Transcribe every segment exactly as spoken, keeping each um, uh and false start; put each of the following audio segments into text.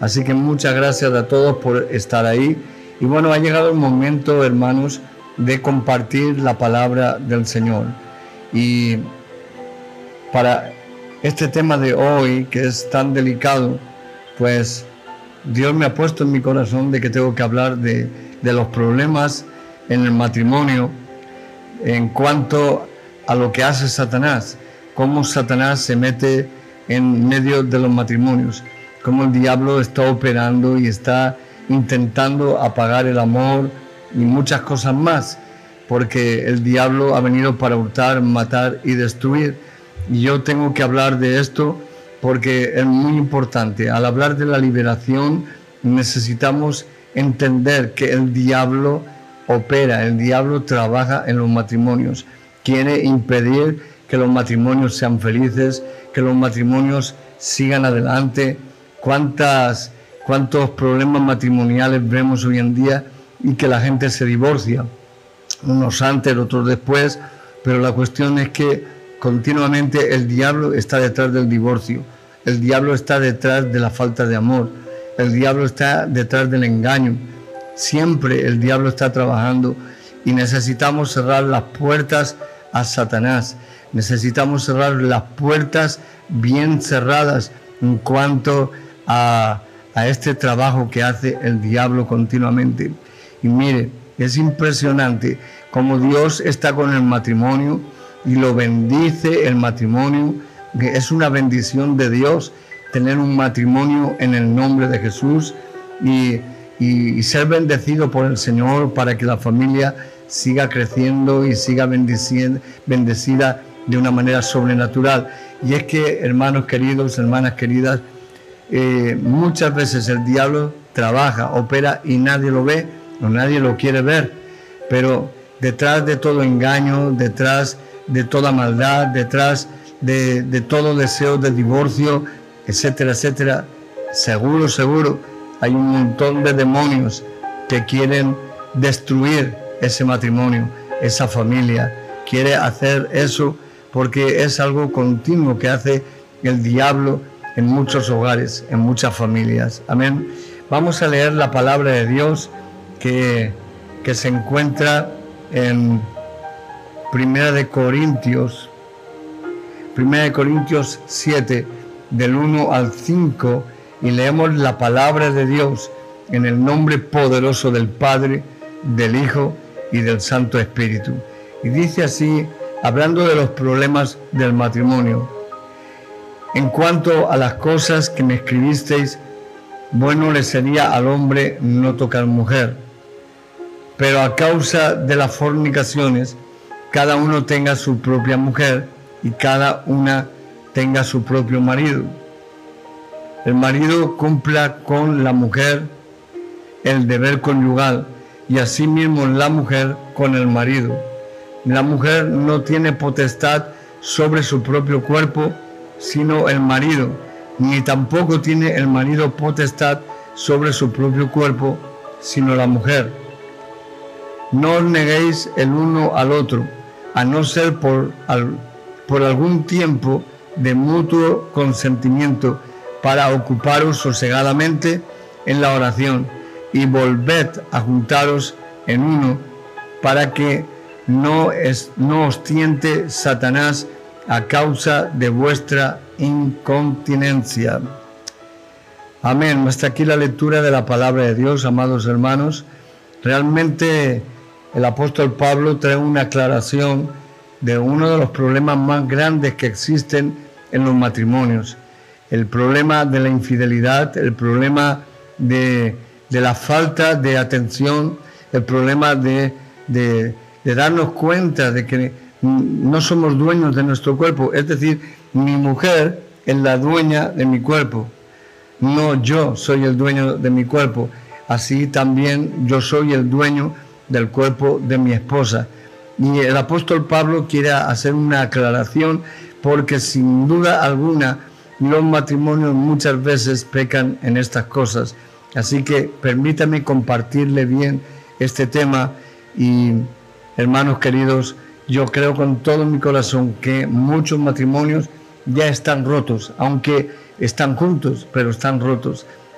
Así que muchas gracias a todos por estar ahí. Y bueno, ha llegado el momento, hermanos, de compartir la palabra del Señor. Y para este tema de hoy, que es tan delicado, pues Dios me ha puesto en mi corazón de que tengo que hablar de, de los problemas en el matrimonio en cuanto a lo que hace Satanás, cómo Satanás se mete en medio de los matrimonios, cómo el diablo está operando y está intentando apagar el amor y muchas cosas más, porque el diablo ha venido para hurtar, matar y destruir. Y yo tengo que hablar de esto porque es muy importante. Al hablar de la liberación necesitamos entender que el diablo opera, el diablo trabaja en los matrimonios, quiere impedir que los matrimonios sean felices, que los matrimonios sigan adelante. ¿Cuántas, cuántos problemas matrimoniales vemos hoy en día y que la gente se divorcia? Unos antes, otros después, pero la cuestión es que continuamente el diablo está detrás del divorcio, el diablo está detrás de la falta de amor, el diablo está detrás del engaño. Siempre el diablo está trabajando y necesitamos cerrar las puertas a Satanás. Necesitamos cerrar las puertas bien cerradas en cuanto a, a este trabajo que hace el diablo continuamente. Y mire, es impresionante cómo Dios está con el matrimonio y lo bendice el matrimonio, que es una bendición de Dios tener un matrimonio en el nombre de Jesús y, y, y ser bendecido por el Señor para que la familia siga creciendo y siga bendecida de una manera sobrenatural. Y es que, hermanos queridos, hermanas queridas, eh, muchas veces el diablo trabaja, opera y nadie lo ve o nadie lo quiere ver, pero detrás de todo engaño, detrás de toda maldad, detrás de, de todo deseo de divorcio, etcétera, etcétera, seguro, seguro, hay un montón de demonios que quieren destruir ese matrimonio, esa familia, quiere hacer eso porque es algo continuo que hace el diablo en muchos hogares, en muchas familias. Amén. Vamos a leer la palabra de Dios que, que se encuentra en Primera de Corintios, Primera de Corintios siete, del uno al cinco, y leemos la palabra de Dios en el nombre poderoso del Padre, del Hijo y del Santo Espíritu. Y dice así, hablando de los problemas del matrimonio: en cuanto a las cosas que me escribisteis, bueno le sería al hombre no tocar mujer, pero a causa de las fornicaciones, cada uno tenga su propia mujer y cada una tenga su propio marido. El marido cumpla con la mujer el deber conyugal y asimismo la mujer con el marido. La mujer no tiene potestad sobre su propio cuerpo, sino el marido, ni tampoco tiene el marido potestad sobre su propio cuerpo, sino la mujer. No os neguéis el uno al otro, a no ser por, al, por algún tiempo de mutuo consentimiento, para ocuparos sosegadamente en la oración, y volved a juntaros en uno, para que no, es, no os tiente Satanás a causa de vuestra incontinencia. Amén. Hasta aquí la lectura de la palabra de Dios, amados hermanos. Realmente el apóstol Pablo trae una aclaración de uno de los problemas más grandes que existen en los matrimonios. El problema de la infidelidad, el problema de, de la falta de atención, el problema de, de, de darnos cuenta de que no somos dueños de nuestro cuerpo. Es decir, mi mujer es la dueña de mi cuerpo, no yo soy el dueño de mi cuerpo. Así también yo soy el dueño del cuerpo de mi esposa. Y el apóstol Pablo quiere hacer una aclaración, porque sin duda alguna los matrimonios muchas veces pecan en estas cosas. Así que permítame compartirle bien este tema. Y hermanos queridos, yo creo con todo mi corazón que muchos matrimonios ya están rotos, aunque están juntos, pero están rotos.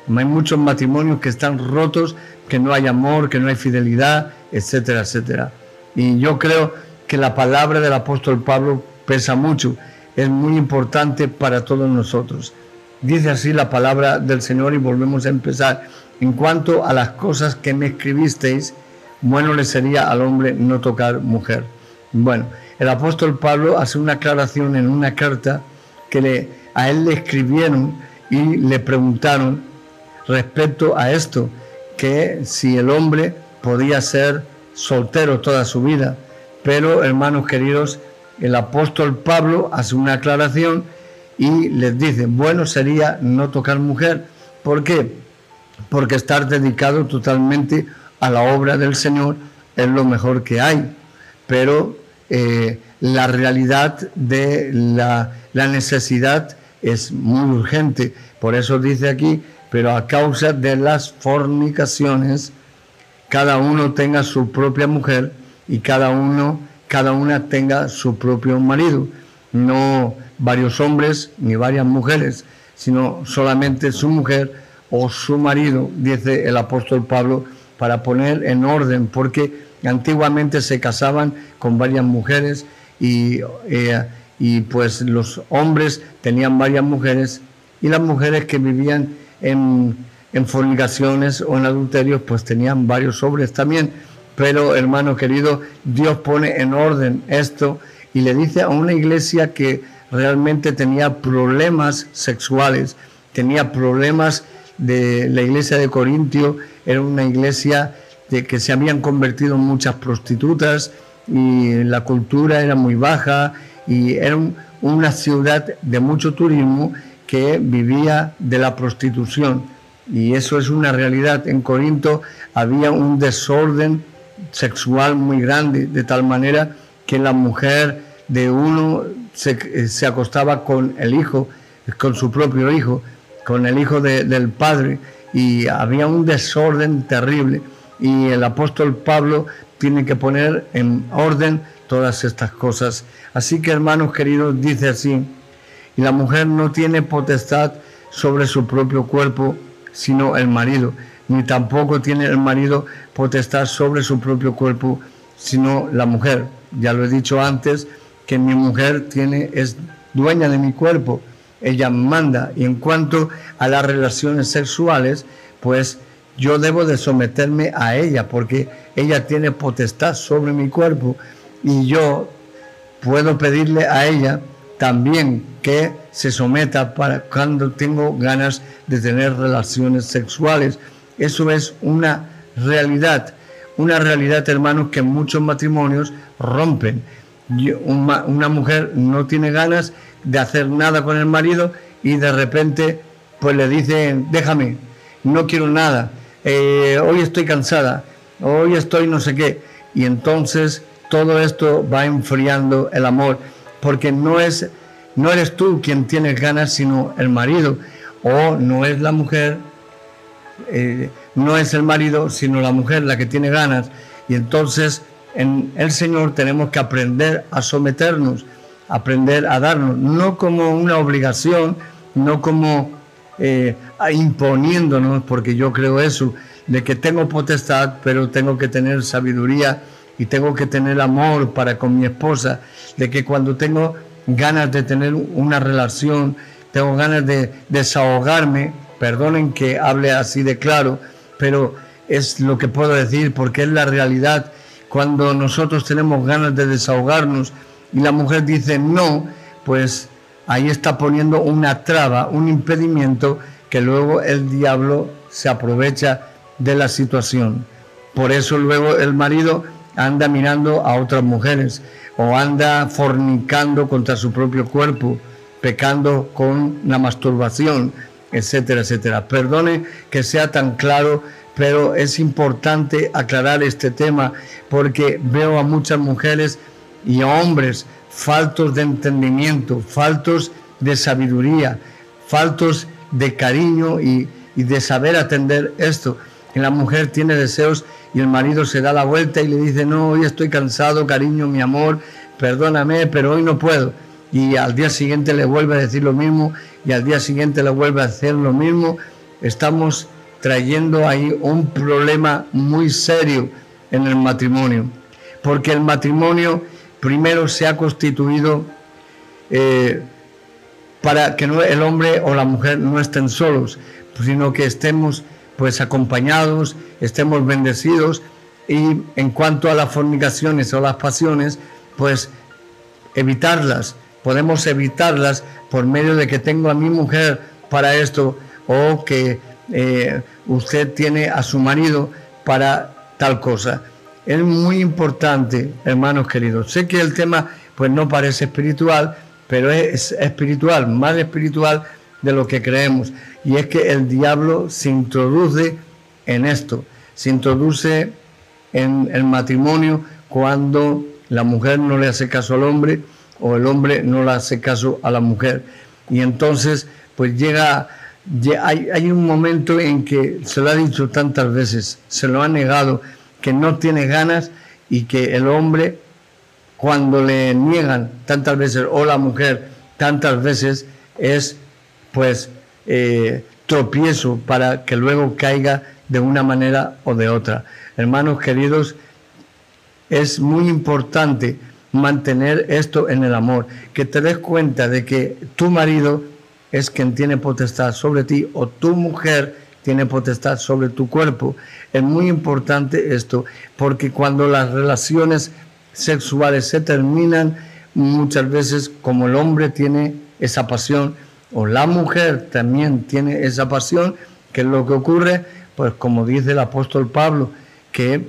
Hay muchos matrimonios que están rotos, que no hay amor, que no hay fidelidad, etcétera, etcétera. Y yo creo que la palabra del apóstol Pablo pesa mucho, es muy importante para todos nosotros. Dice así la palabra del Señor y volvemos a empezar. En cuanto a las cosas que me escribisteis, bueno le sería al hombre no tocar mujer. Bueno, el apóstol Pablo hace una aclaración en una carta que le, a él le escribieron y le preguntaron respecto a esto, que si el hombre podía ser soltero toda su vida. Pero, hermanos queridos, el apóstol Pablo hace una aclaración y les dice, bueno sería no tocar mujer. ¿Por qué? Porque estar dedicado totalmente a la obra del Señor es lo mejor que hay. Pero eh, la realidad de la, la necesidad es muy urgente. Por eso dice aquí, pero a causa de las fornicaciones, cada uno tenga su propia mujer y cada uno, cada una tenga su propio marido. No varios hombres ni varias mujeres, sino solamente su mujer o su marido, dice el apóstol Pablo, para poner en orden, porque antiguamente se casaban con varias mujeres y, eh, y pues los hombres tenían varias mujeres y las mujeres que vivían en, en fornicaciones o en adulterios pues tenían varios hombres también. Pero, hermano querido, Dios pone en orden esto y le dice a una iglesia que realmente tenía problemas sexuales, tenía problemas de la iglesia de Corintio, era una iglesia de que se habían convertido en muchas prostitutas y la cultura era muy baja y era un, una ciudad de mucho turismo que vivía de la prostitución, y eso es una realidad. En Corinto había un desorden sexual muy grande, de tal manera que la mujer de uno se, se acostaba con el hijo, con su propio hijo, con el hijo de, del padre, y había un desorden terrible, y el apóstol Pablo tiene que poner en orden todas estas cosas. Así que, hermanos queridos, dice así, y la mujer no tiene potestad sobre su propio cuerpo, sino el marido, ni tampoco tiene el marido potestad sobre su propio cuerpo, sino la mujer. Ya lo he dicho antes, que mi mujer tiene, es dueña de mi cuerpo, ella manda, y en cuanto a las relaciones sexuales, pues yo debo de someterme a ella, porque ella tiene potestad sobre mi cuerpo, y yo puedo pedirle a ella también que se someta para cuando tengo ganas de tener relaciones sexuales. Eso es una realidad, una realidad, hermanos, que muchos matrimonios rompen. Una, una mujer no tiene ganas de hacer nada con el marido y de repente pues le dicen, déjame, no quiero nada, eh, hoy estoy cansada, hoy estoy no sé qué, y entonces todo esto va enfriando el amor, porque no es no eres tú quien tienes ganas, sino el marido, o no es la mujer, eh, no es el marido, sino la mujer la que tiene ganas. Y entonces en el Señor tenemos que aprender a someternos, aprender a darnos, no como una obligación, no como eh, imponiéndonos, porque yo creo eso, de que tengo potestad, pero tengo que tener sabiduría y tengo que tener amor para con mi esposa, de que cuando tengo ganas de tener una relación, tengo ganas de desahogarme, perdonen que hable así de claro, pero es lo que puedo decir porque es la realidad. Cuando nosotros tenemos ganas de desahogarnos y la mujer dice no, pues ahí está poniendo una traba, un impedimento, que luego el diablo se aprovecha de la situación. Por eso luego el marido anda mirando a otras mujeres o anda fornicando contra su propio cuerpo, pecando con la masturbación, etcétera, etcétera. Perdone que sea tan claro, pero es importante aclarar este tema porque veo a muchas mujeres y a hombres faltos de entendimiento, faltos de sabiduría, faltos de cariño y, y de saber atender esto. Y la mujer tiene deseos y el marido se da la vuelta y le dice, no, hoy estoy cansado, cariño, mi amor, perdóname, pero hoy no puedo. Y al día siguiente le vuelve a decir lo mismo y al día siguiente le vuelve a hacer lo mismo. estamos trayendo ahí un problema muy serio en el matrimonio, porque el matrimonio primero se ha constituido eh, para que no, el hombre o la mujer no estén solos, sino que estemos pues acompañados, estemos bendecidos. Y en cuanto a las fornicaciones o las pasiones, pues evitarlas. Podemos evitarlas por medio de que tengo a mi mujer para esto, o que eh, usted tiene a su marido para tal cosa. Es muy importante, hermanos queridos. Sé que el tema pues no parece espiritual, pero es espiritual, más espiritual de lo que creemos. Y es que el diablo se introduce en esto, se introduce en el matrimonio cuando la mujer no le hace caso al hombre o el hombre no le hace caso a la mujer. Y entonces pues llega, hay, hay un momento en que se lo ha dicho tantas veces, se lo ha negado, que no tiene ganas, y que el hombre, cuando le niegan tantas veces, o la mujer tantas veces, es pues eh, tropiezo para que luego caiga de una manera o de otra. Hermanos queridos, es muy importante mantener esto en el amor, que te des cuenta de que tu marido es quien tiene potestad sobre ti, o tu mujer tiene potestad sobre tu cuerpo. Es muy importante esto, porque cuando las relaciones sexuales se terminan, muchas veces, como el hombre tiene esa pasión, o la mujer también tiene esa pasión, ¿qué es lo que ocurre? Pues como dice el apóstol Pablo, que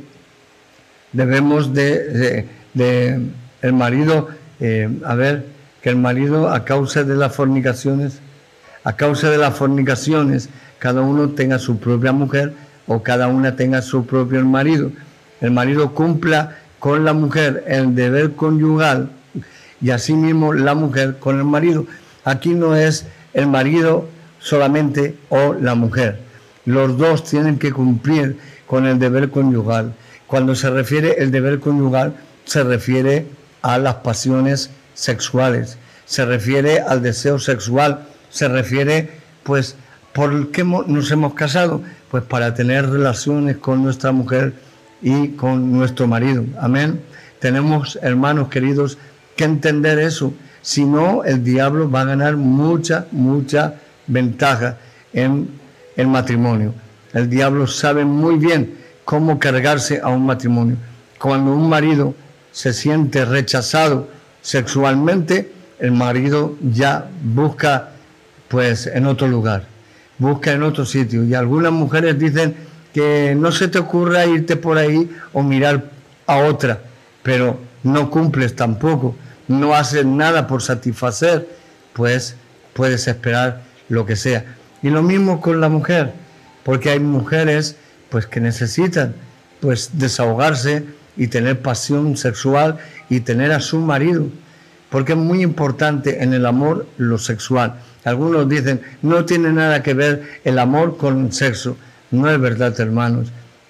debemos de, de, de el marido, eh, a ver, que el marido a causa de las fornicaciones, a causa de las fornicaciones, cada uno tenga su propia mujer, o cada una tenga su propio marido. El marido cumpla con la mujer el deber conyugal, y asimismo la mujer con el marido. Aquí no es el marido solamente o la mujer. Los dos tienen que cumplir con el deber conyugal. Cuando se refiere el deber conyugal, se refiere a las pasiones sexuales, se refiere al deseo sexual, se refiere, pues, ¿por qué nos hemos casado? Pues para tener relaciones con nuestra mujer y con nuestro marido. Amén. Tenemos, hermanos queridos, que entender eso. Si no, el diablo va a ganar mucha, mucha ventaja en el matrimonio. El diablo sabe muy bien cómo cargarse a un matrimonio. Cuando un marido se siente rechazado sexualmente, el marido ya busca pues en otro lugar, busca en otro sitio. Y algunas mujeres dicen que no se te ocurra irte por ahí o mirar a otra, pero no cumples tampoco, no haces nada por satisfacer, pues puedes esperar lo que sea. Y lo mismo con la mujer, porque hay mujeres pues que necesitan pues desahogarse y tener pasión sexual y tener a su marido, porque es muy importante en el amor lo sexual. Algunos dicen, no tiene nada que ver el amor con el sexo. No es verdad, hermanos.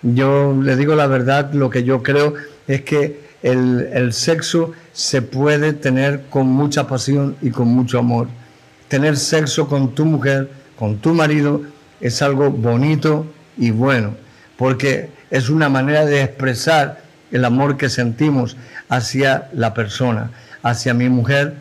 Yo le digo la verdad, lo que yo creo es que el, el sexo se puede tener con mucha pasión y con mucho amor. Tener sexo con tu mujer, con tu marido, es algo bonito y bueno, porque es una manera de expresar el amor que sentimos hacia la persona, hacia mi mujer,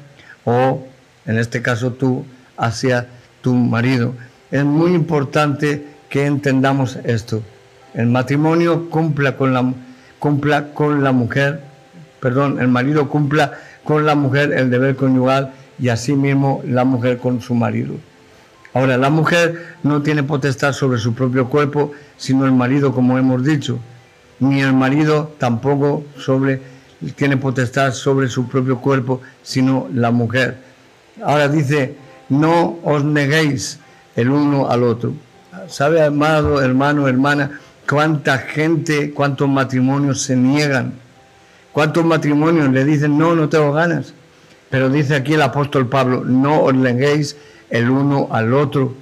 o en este caso tú, hacia tu marido. Es muy importante que entendamos esto. El matrimonio cumpla con la, cumpla con la mujer, perdón, el marido cumpla con la mujer el deber conyugal, y asimismo la mujer con su marido. Ahora, la mujer no tiene potestad sobre su propio cuerpo, sino el marido, como hemos dicho. Ni el marido tampoco sobre, tiene potestad sobre su propio cuerpo, sino la mujer. Ahora dice, no os neguéis el uno al otro. ¿Sabe, amado hermano, hermana, cuánta gente, cuántos matrimonios se niegan? ¿Cuántos matrimonios le dicen, no, no tengo ganas? Pero dice aquí el apóstol Pablo, no os neguéis el uno al otro,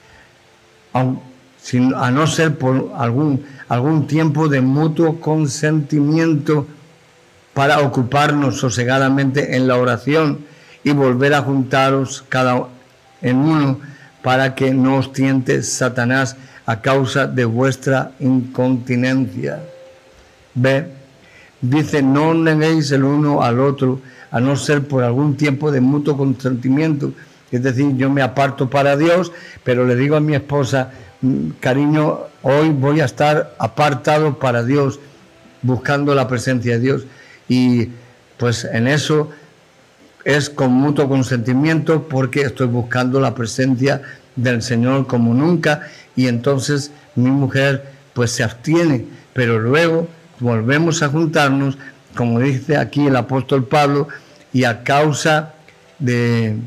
a no ser por algún, algún tiempo de mutuo consentimiento, para ocuparnos sosegadamente en la oración y volver a juntaros cada en uno para que no os tiente Satanás a causa de vuestra incontinencia. Ve, dice, no os neguéis el uno al otro, a no ser por algún tiempo de mutuo consentimiento. Es decir, yo me aparto para Dios, pero le digo a mi esposa, cariño, hoy voy a estar apartado para Dios, buscando la presencia de Dios. Y pues en eso es con mutuo consentimiento, porque estoy buscando la presencia del Señor como nunca, y entonces mi mujer pues se abstiene, pero luego volvemos a juntarnos, como dice aquí el apóstol Pablo, y a causa de,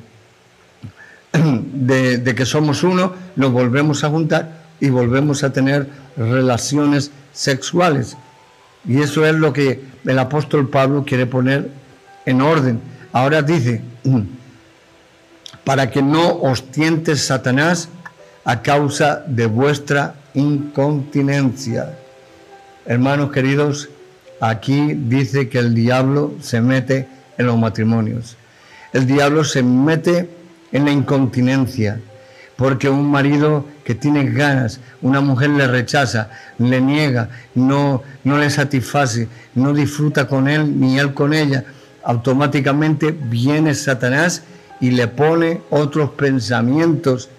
de, de que somos uno, nos volvemos a juntar y volvemos a tener relaciones sexuales. Y eso es lo que el apóstol Pablo quiere poner en orden. Ahora dice, para que no os tiente Satanás a causa de vuestra incontinencia. Hermanos queridos, aquí dice que el diablo se mete en los matrimonios. El diablo se mete en la incontinencia, porque un marido que tiene ganas, una mujer le rechaza, le niega, no, no le satisface, no disfruta con él ni él con ella, automáticamente viene Satanás y le pone otros pensamientos.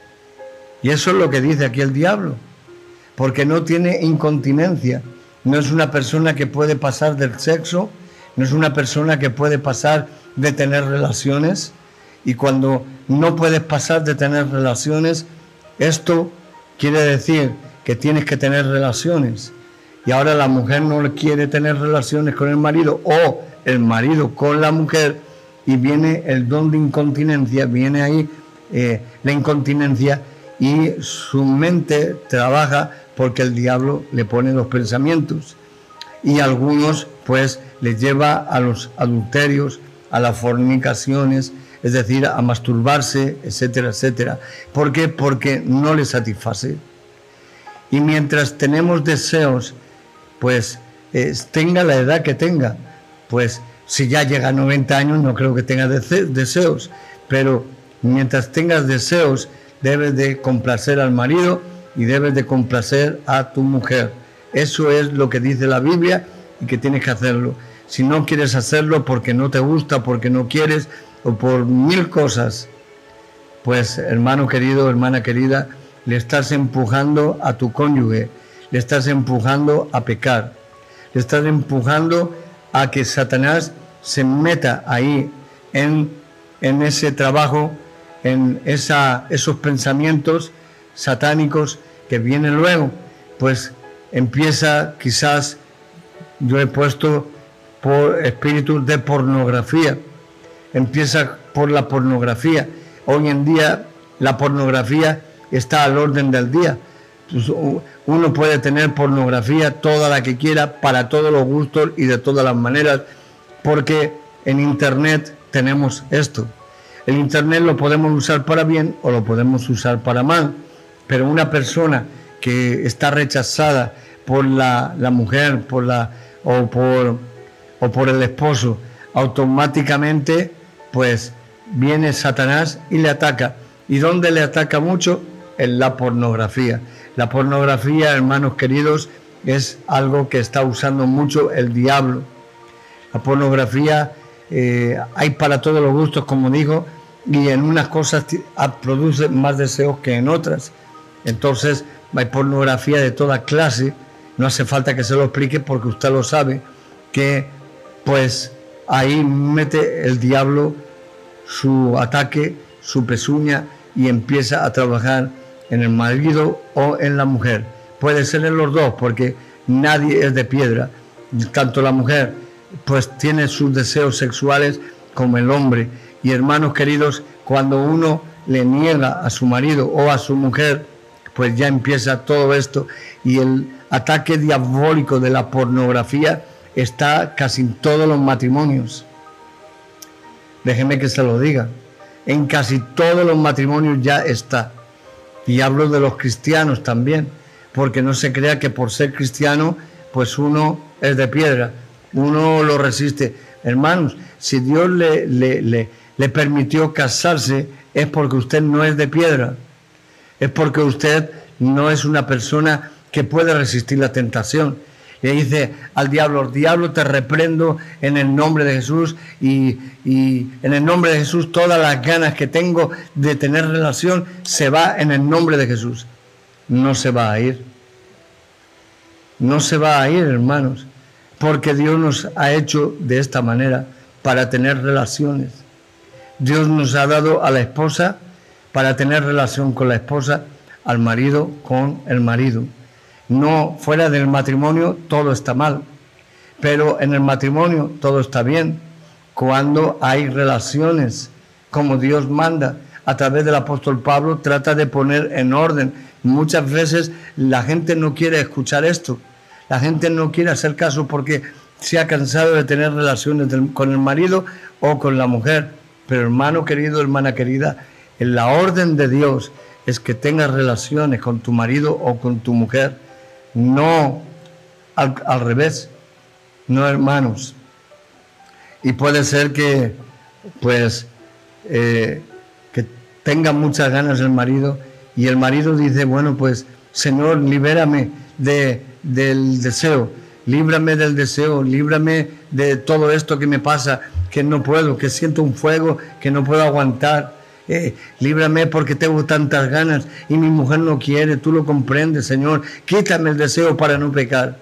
Y eso es lo que dice aquí el diablo, porque no tiene incontinencia, no es una persona que puede pasar del sexo, no es una persona que puede pasar de tener relaciones, y cuando no puedes pasar de tener relaciones, esto quiere decir que tienes que tener relaciones, y ahora la mujer no quiere tener relaciones con el marido, o el marido con la mujer, y viene el don de incontinencia, viene ahí eh, la incontinencia, y su mente trabaja porque el diablo le pone los pensamientos, y algunos pues les lleva a los adulterios, a las fornicaciones, es decir, a masturbarse, etcétera, etcétera. ¿Por qué? Porque no les satisface. Y mientras tenemos deseos, pues eh, tenga la edad que tenga, pues si ya llega a noventa años no creo que tenga dese- deseos, pero mientras tengas deseos debes de complacer al marido y debes de complacer a tu mujer. Eso es lo que dice la Biblia y que tienes que hacerlo. Si no quieres hacerlo porque no te gusta, porque no quieres o por mil cosas, pues hermano querido, hermana querida, le estás empujando a tu cónyuge, le estás empujando a pecar, le estás empujando a que Satanás se meta ahí en, en ese trabajo, en esa, esos pensamientos satánicos que vienen luego. Pues empieza, quizás yo he puesto por espíritus de pornografía, empieza por la pornografía. Hoy en día la pornografía está al orden del día. Uno puede tener pornografía toda la que quiera, para todos los gustos y de todas las maneras, porque en internet tenemos esto. El internet lo podemos usar para bien o lo podemos usar para mal, pero una persona que está rechazada por la, la mujer por la, o, por, o por el esposo, automáticamente pues viene Satanás y le ataca. ¿Y dónde le ataca mucho? En la pornografía. La pornografía, hermanos queridos, es algo que está usando mucho el diablo. La pornografía eh, hay para todos los gustos, como digo, y en unas cosas produce más deseos que en otras. Entonces hay pornografía de toda clase, no hace falta que se lo explique porque usted lo sabe, que pues ahí mete el diablo su ataque, su pezuña, y empieza a trabajar en el marido o en la mujer. Puede ser en los dos, porque nadie es de piedra. Tanto la mujer pues tiene sus deseos sexuales como el hombre. Y hermanos queridos, cuando uno le niega a su marido o a su mujer, pues ya empieza todo esto, y el ataque diabólico de la pornografía está casi en todos los matrimonios. Déjeme que se lo diga, en casi todos los matrimonios ya está. Y hablo de los cristianos también, porque no se crea que por ser cristiano pues uno es de piedra, uno lo resiste. Hermanos, si Dios le, le, le, le permitió casarse es porque usted no es de piedra. es porque usted no es una persona que puede resistir la tentación. Le dice al diablo: diablo, te reprendo en el nombre de Jesús, y, y en el nombre de Jesús todas las ganas que tengo de tener relación se va en el nombre de Jesús. No se va a ir. No se va a ir, hermanos, porque Dios nos ha hecho de esta manera para tener relaciones. Dios nos ha dado a la esposa para tener relación con la esposa, al marido con el marido. No, fuera del matrimonio todo está mal, pero en el matrimonio todo está bien cuando hay relaciones como Dios manda. A través del apóstol Pablo trata de poner en orden. Muchas veces la gente no quiere escuchar esto, la gente no quiere hacer caso porque se ha cansado de tener relaciones del, con el marido o con la mujer. Pero hermano querido, hermana querida, en la orden de Dios es que tengas relaciones con tu marido o con tu mujer. No al, al revés, no, hermanos. Y puede ser que pues eh, que tenga muchas ganas el marido, y el marido dice: bueno, pues Señor, libérame de, del deseo, líbrame del deseo, líbrame de todo esto que me pasa, que no puedo, que siento un fuego que no puedo aguantar. Eh, líbrame porque tengo tantas ganas y mi mujer no quiere, tú lo comprendes, Señor, quítame el deseo para no pecar.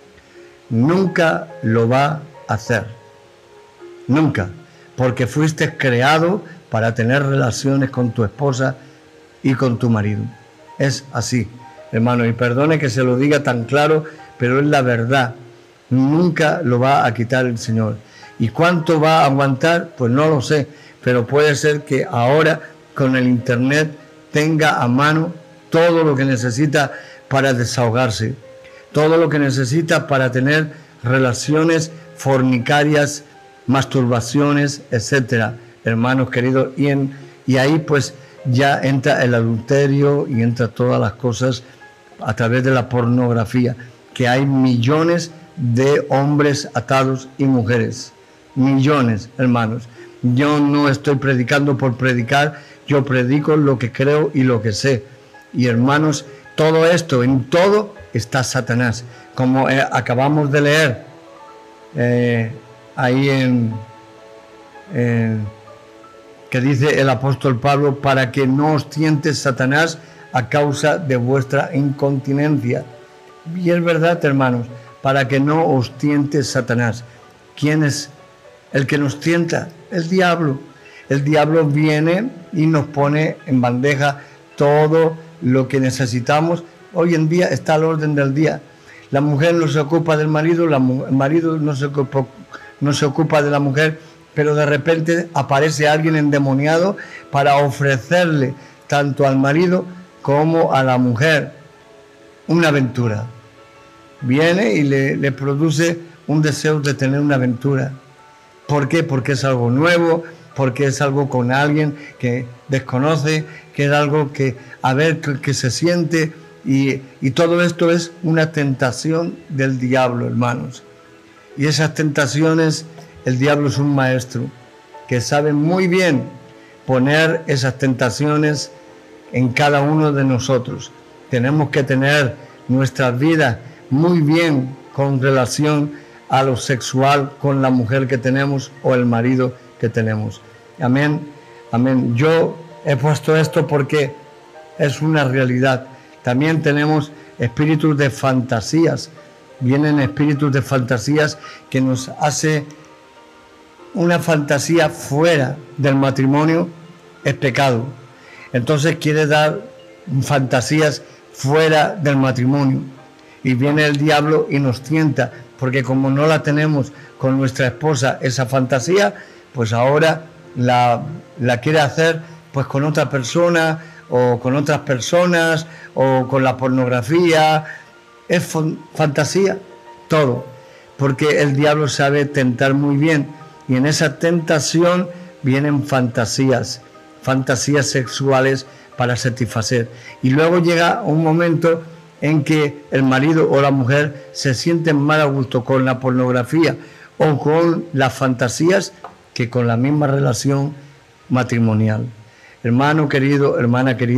Nunca lo va a hacer, nunca, porque fuiste creado para tener relaciones con tu esposa y con tu marido. Es así, hermano, y perdone que se lo diga tan claro, pero es la verdad. Nunca lo va a quitar el Señor. ¿Y cuánto va a aguantar? Pues no lo sé, pero puede ser que ahora con el internet tenga a mano todo lo que necesita para desahogarse, todo lo que necesita para tener relaciones fornicarias, masturbaciones, etcétera, hermanos queridos, y, en, y ahí pues ya entra el adulterio y entra todas las cosas a través de la pornografía, que hay millones de hombres atados y mujeres, millones, hermanos. Yo no estoy predicando por predicar, yo predico lo que creo y lo que sé. Y hermanos, todo esto, en todo está Satanás, como eh, acabamos de leer eh, ahí en, en que dice el apóstol Pablo: para que no os tiente Satanás a causa de vuestra incontinencia. Y es verdad, hermanos, para que no os tiente Satanás. ¿Quién es el que nos tienta? El diablo. El diablo viene y nos pone en bandeja todo lo que necesitamos. Hoy en día está al orden del día. La mujer no se ocupa del marido, la, el marido no se, ocupa, no se ocupa de la mujer, pero de repente aparece alguien endemoniado para ofrecerle tanto al marido como a la mujer una aventura. Viene y le, le produce un deseo de tener una aventura. ¿Por qué? Porque es algo nuevo, porque es algo con alguien que desconoce, que es algo que a ver que, que se siente, y, y todo esto es una tentación del diablo, hermanos. Y esas tentaciones, el diablo es un maestro que sabe muy bien poner esas tentaciones en cada uno de nosotros. Tenemos que tener nuestras vidas muy bien con relación a lo sexual con la mujer que tenemos o el marido que tenemos. Amén, amén. Yo he puesto esto porque es una realidad. También tenemos espíritus de fantasías. Vienen espíritus de fantasías que nos hace una fantasía fuera del matrimonio, es pecado. Entonces quiere dar fantasías fuera del matrimonio. Y viene el diablo y nos tienta, porque como no la tenemos con nuestra esposa, esa fantasía, pues ahora la, la quiere hacer pues con otra persona, o con otras personas, o con la pornografía. Es fantasía, todo, porque el diablo sabe tentar muy bien, y en esa tentación vienen fantasías, fantasías sexuales para satisfacer. Y luego llega un momento en que el marido o la mujer se sienten mal a gusto con la pornografía o con las fantasías que con la misma relación matrimonial. Hermano querido, hermana querida,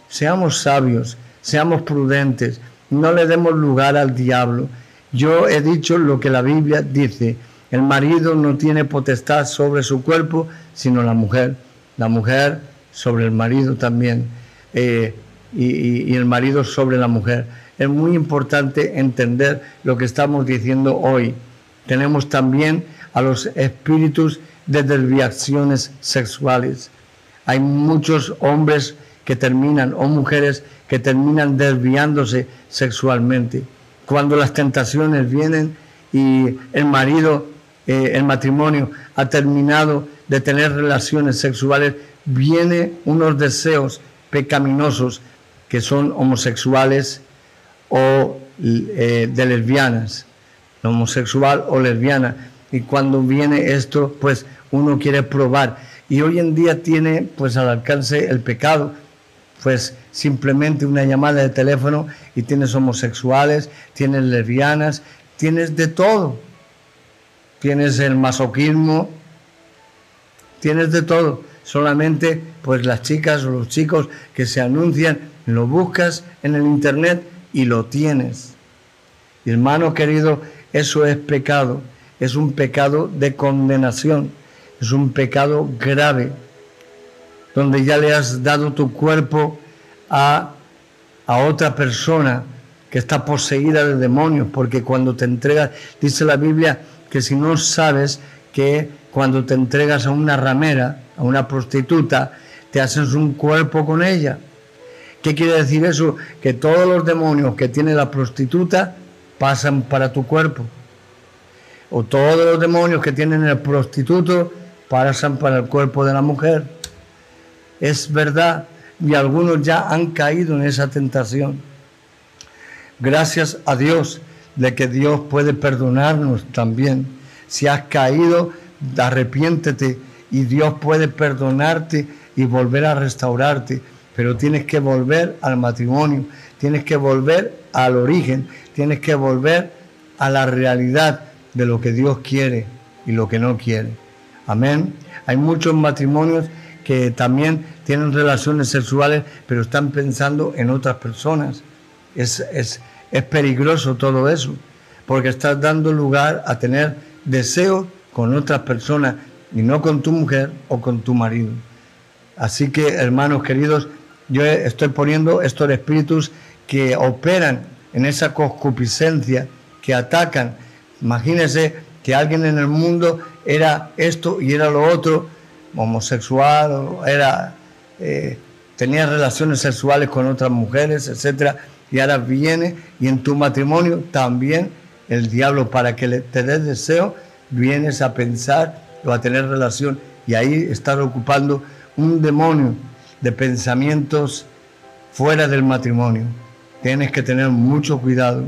seamos sabios, seamos prudentes, no le demos lugar al diablo. Yo he dicho lo que la Biblia dice: el marido no tiene potestad sobre su cuerpo, sino la mujer. La mujer sobre el marido también, eh, y, y, y el marido sobre la mujer. Es muy importante entender lo que estamos diciendo hoy. Tenemos también a los espíritus de desviaciones sexuales. Hay muchos hombres que terminan, o mujeres que terminan desviándose sexualmente. Cuando las tentaciones vienen y el marido, eh, el matrimonio ha terminado de tener relaciones sexuales, vienen unos deseos pecaminosos que son homosexuales o eh, de lesbianas, homosexual o lesbiana. Y cuando viene esto, pues uno quiere probar. Y hoy en día tiene pues al alcance el pecado, pues simplemente una llamada de teléfono y tienes homosexuales, tienes lesbianas, tienes de todo. Tienes el masoquismo, tienes de todo. Solamente pues las chicas o los chicos que se anuncian, lo buscas en el internet y lo tienes. Y hermano querido, eso es pecado, es un pecado de condenación, es un pecado grave, donde ya le has dado tu cuerpo a, a otra persona que está poseída de demonios, porque cuando te entregas, dice la Biblia que si no sabes que cuando te entregas a una ramera, a una prostituta, te haces un cuerpo con ella. ¿Qué quiere decir eso? Que todos los demonios que tiene la prostituta pasan para tu cuerpo. O todos los demonios que tienen el prostituto pasan para el cuerpo de la mujer. Es verdad, y algunos ya han caído en esa tentación. Gracias a Dios de que Dios puede perdonarnos también. Si has caído, arrepiéntete y Dios puede perdonarte y volver a restaurarte. Pero tienes que volver al matrimonio, tienes que volver al origen, tienes que volver a la realidad de lo que Dios quiere y lo que no quiere. Amén. Hay muchos matrimonios que también tienen relaciones sexuales, pero están pensando en otras personas. Es, es, es peligroso todo eso, porque estás dando lugar a tener deseos con otras personas y no con tu mujer o con tu marido. Así que, hermanos queridos, yo estoy poniendo estos espíritus que operan en esa concupiscencia, que atacan. Imagínense que alguien en el mundo era esto y era lo otro, homosexual, o era, eh, tenía relaciones sexuales con otras mujeres, etcétera, y ahora viene y en tu matrimonio también el diablo, para que le, te des deseo, vienes a pensar o a tener relación, y ahí estás ocupando un demonio de pensamientos fuera del matrimonio. Tienes que tener mucho cuidado.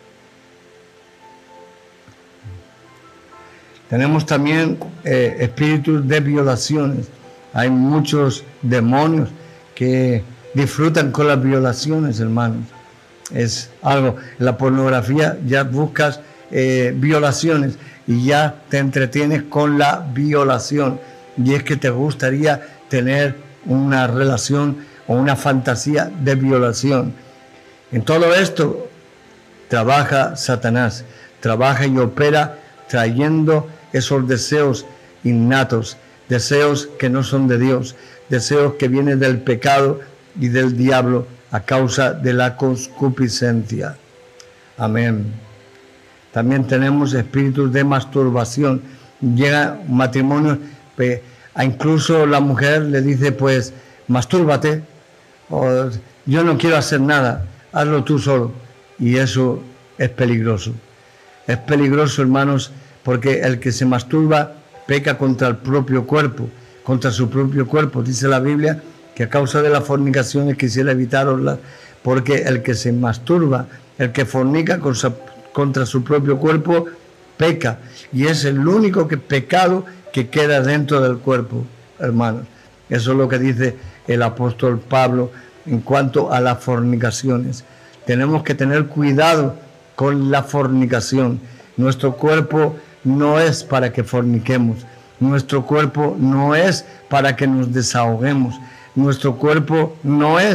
Tenemos también eh, espíritus de violaciones. Hay muchos demonios que disfrutan con las violaciones, hermanos. Es algo, en la pornografía ya buscas eh, violaciones y ya te entretienes con la violación. Y es que te gustaría tener una relación o una fantasía de violación. En todo esto trabaja Satanás, trabaja y opera trayendo esos deseos innatos, deseos que no son de Dios, deseos que vienen del pecado y del diablo a causa de la concupiscencia. Amén. También tenemos espíritus de masturbación. Llega un matrimonio, a incluso la mujer le dice, pues, mastúrbate, o yo no quiero hacer nada, hazlo tú solo. Y eso es peligroso. Es peligroso, hermanos, porque el que se masturba peca contra el propio cuerpo, contra su propio cuerpo. Dice la Biblia que a causa de las fornicaciones quisiera evitaroslas, porque el que se masturba, el que fornica contra su propio cuerpo, peca. Y es el único que pecado que queda dentro del cuerpo, hermanos. Eso es lo que dice el apóstol Pablo en cuanto a las fornicaciones. Tenemos que tener cuidado con la fornicación. Nuestro cuerpo no es para que forniquemos. Nuestro cuerpo no es para que nos desahoguemos. Nuestro cuerpo no es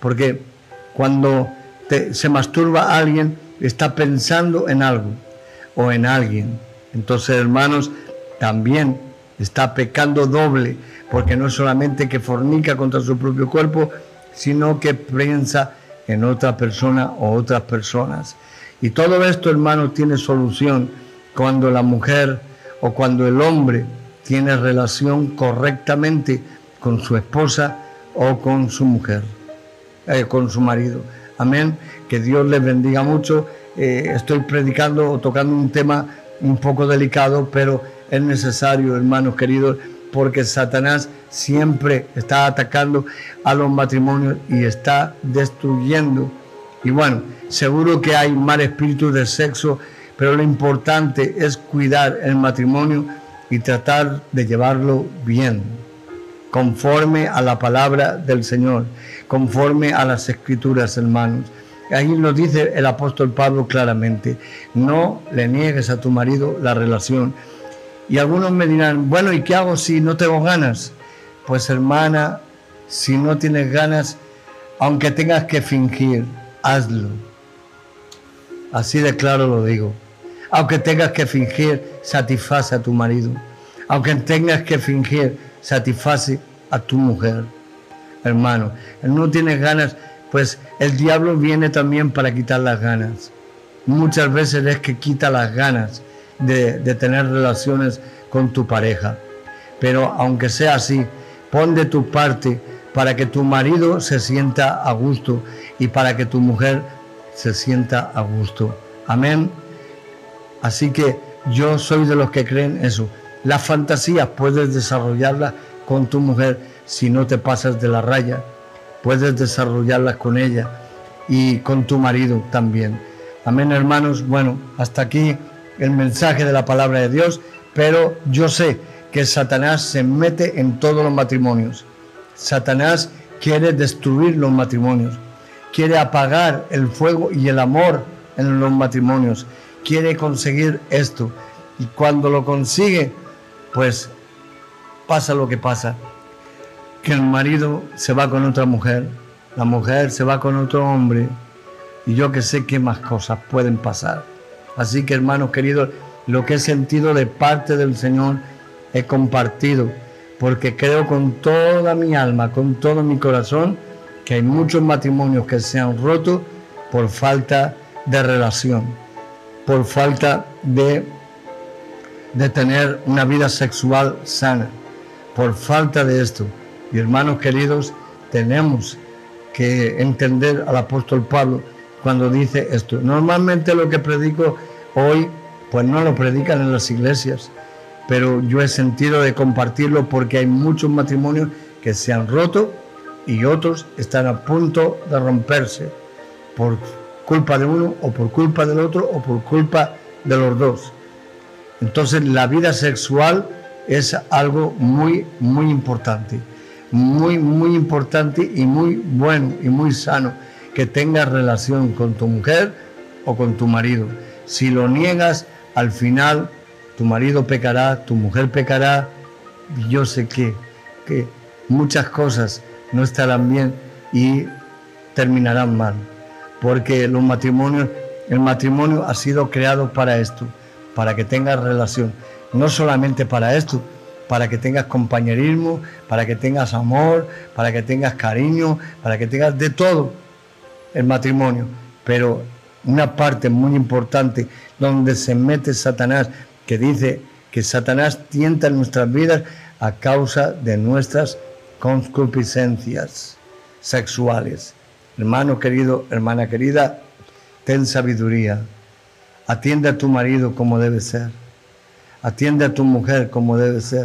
porque cuando te, se masturba alguien, está pensando en algo o en alguien. Entonces, hermanos, también está pecando doble, porque no es solamente que fornica contra su propio cuerpo, sino que piensa en otra persona o otras personas. Y todo esto, hermanos, tiene solución cuando la mujer o cuando el hombre tiene relación correctamente con su esposa o con su mujer, eh, con su marido. Amén. Que Dios les bendiga mucho. Eh, estoy predicando o tocando un tema un poco delicado, pero es necesario, hermanos queridos, porque Satanás siempre está atacando a los matrimonios y está destruyendo. Y bueno, seguro que hay mal espíritu de sexo, pero lo importante es cuidar el matrimonio y tratar de llevarlo bien, conforme a la palabra del Señor, conforme a las Escrituras, hermanos. Ahí nos dice el apóstol Pablo claramente: no le niegues a tu marido la relación. Y algunos me dirán, bueno, ¿y qué hago si no tengo ganas? Pues, hermana, si no tienes ganas, aunque tengas que fingir, hazlo. Así de claro lo digo. Aunque tengas que fingir, satisface a tu marido. Aunque tengas que fingir, satisface a tu mujer. Hermano, no tienes ganas, pues el diablo viene también para quitar las ganas. Muchas veces es que quita las ganas de, de tener relaciones con tu pareja. Pero aunque sea así, pon de tu parte para que tu marido se sienta a gusto y para que tu mujer se sienta a gusto. Amén. Así que yo soy de los que creen eso. Las fantasías puedes desarrollarlas con tu mujer si no te pasas de la raya. Puedes desarrollarlas con ella y con tu marido también. Amén, hermanos. Bueno, hasta aquí el mensaje de la palabra de Dios, pero yo sé que Satanás se mete en todos los matrimonios. Satanás quiere destruir los matrimonios, quiere apagar el fuego y el amor en los matrimonios, quiere conseguir esto, y cuando lo consigue, pues pasa lo que pasa, que el marido se va con otra mujer, la mujer se va con otro hombre, y yo que sé qué más cosas pueden pasar. Así que, hermanos queridos, lo que he sentido de parte del Señor he compartido, porque creo con toda mi alma, con todo mi corazón, que hay muchos matrimonios que se han roto por falta de relación, por falta de, de tener una vida sexual sana, por falta de esto. Y, hermanos queridos, tenemos que entender al apóstol Pablo cuando dice esto. Normalmente lo que predico hoy, pues no lo predican en las iglesias, pero yo he sentido de compartirlo porque hay muchos matrimonios que se han roto y otros están a punto de romperse por culpa de uno o por culpa del otro o por culpa de los dos. Entonces, la vida sexual es algo muy, muy importante, muy, muy importante y muy bueno y muy sano que tengas relación con tu mujer o con tu marido. Si lo niegas, al final tu marido pecará, tu mujer pecará, y yo sé que, que muchas cosas no estarán bien y terminarán mal, porque los matrimonios, el matrimonio ha sido creado para esto, para que tengas relación, no solamente para esto, para que tengas compañerismo, para que tengas amor, para que tengas cariño, para que tengas de todo el matrimonio, pero una parte muy importante donde se mete Satanás, que dice que Satanás tienta en nuestras vidas a causa de nuestras concupiscencias sexuales. Hermano querido, hermana querida, ten sabiduría, atiende a tu marido como debe ser, atiende a tu mujer como debe ser,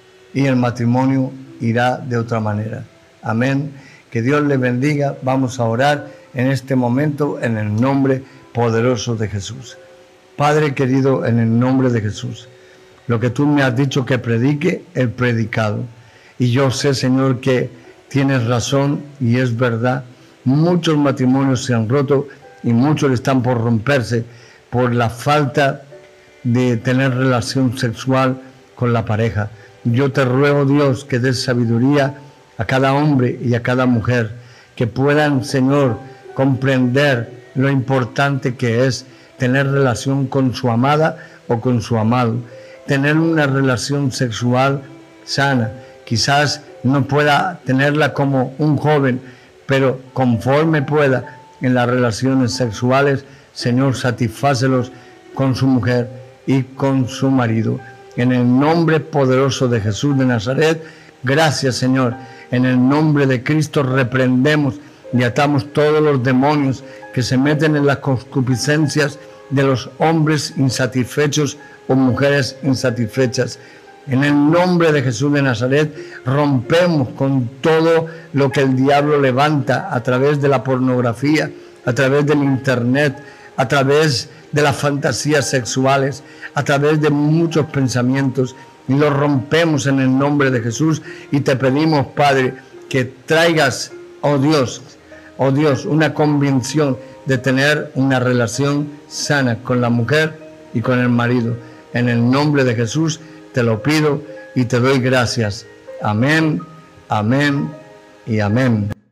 y el matrimonio irá de otra manera. Amén. Que Dios le bendiga. Vamos a orar en este momento en el nombre poderoso de Jesús. Padre querido, en el nombre de Jesús, lo que tú me has dicho que predique, he predicado. Y yo sé, Señor, que tienes razón y es verdad. Muchos matrimonios se han roto y muchos están por romperse por la falta de tener relación sexual con la pareja. Yo te ruego, Dios, que des sabiduría a cada hombre y a cada mujer, que puedan, Señor, comprender lo importante que es tener relación con su amada o con su amado, tener una relación sexual sana. Quizás no pueda tenerla como un joven, pero conforme pueda en las relaciones sexuales, Señor, satisfácelos con su mujer y con su marido. En el nombre poderoso de Jesús de Nazaret, gracias, Señor. En el nombre de Cristo reprendemos y atamos todos los demonios que se meten en las concupiscencias de los hombres insatisfechos o mujeres insatisfechas. En el nombre de Jesús de Nazaret rompemos con todo lo que el diablo levanta a través de la pornografía, a través del internet, a través de las fantasías sexuales, a través de muchos pensamientos, y lo rompemos en el nombre de Jesús. Y te pedimos, Padre, que traigas, oh Dios, oh Dios, una convicción de tener una relación sana con la mujer y con el marido. En el nombre de Jesús te lo pido y te doy gracias. Amén, amén y amén.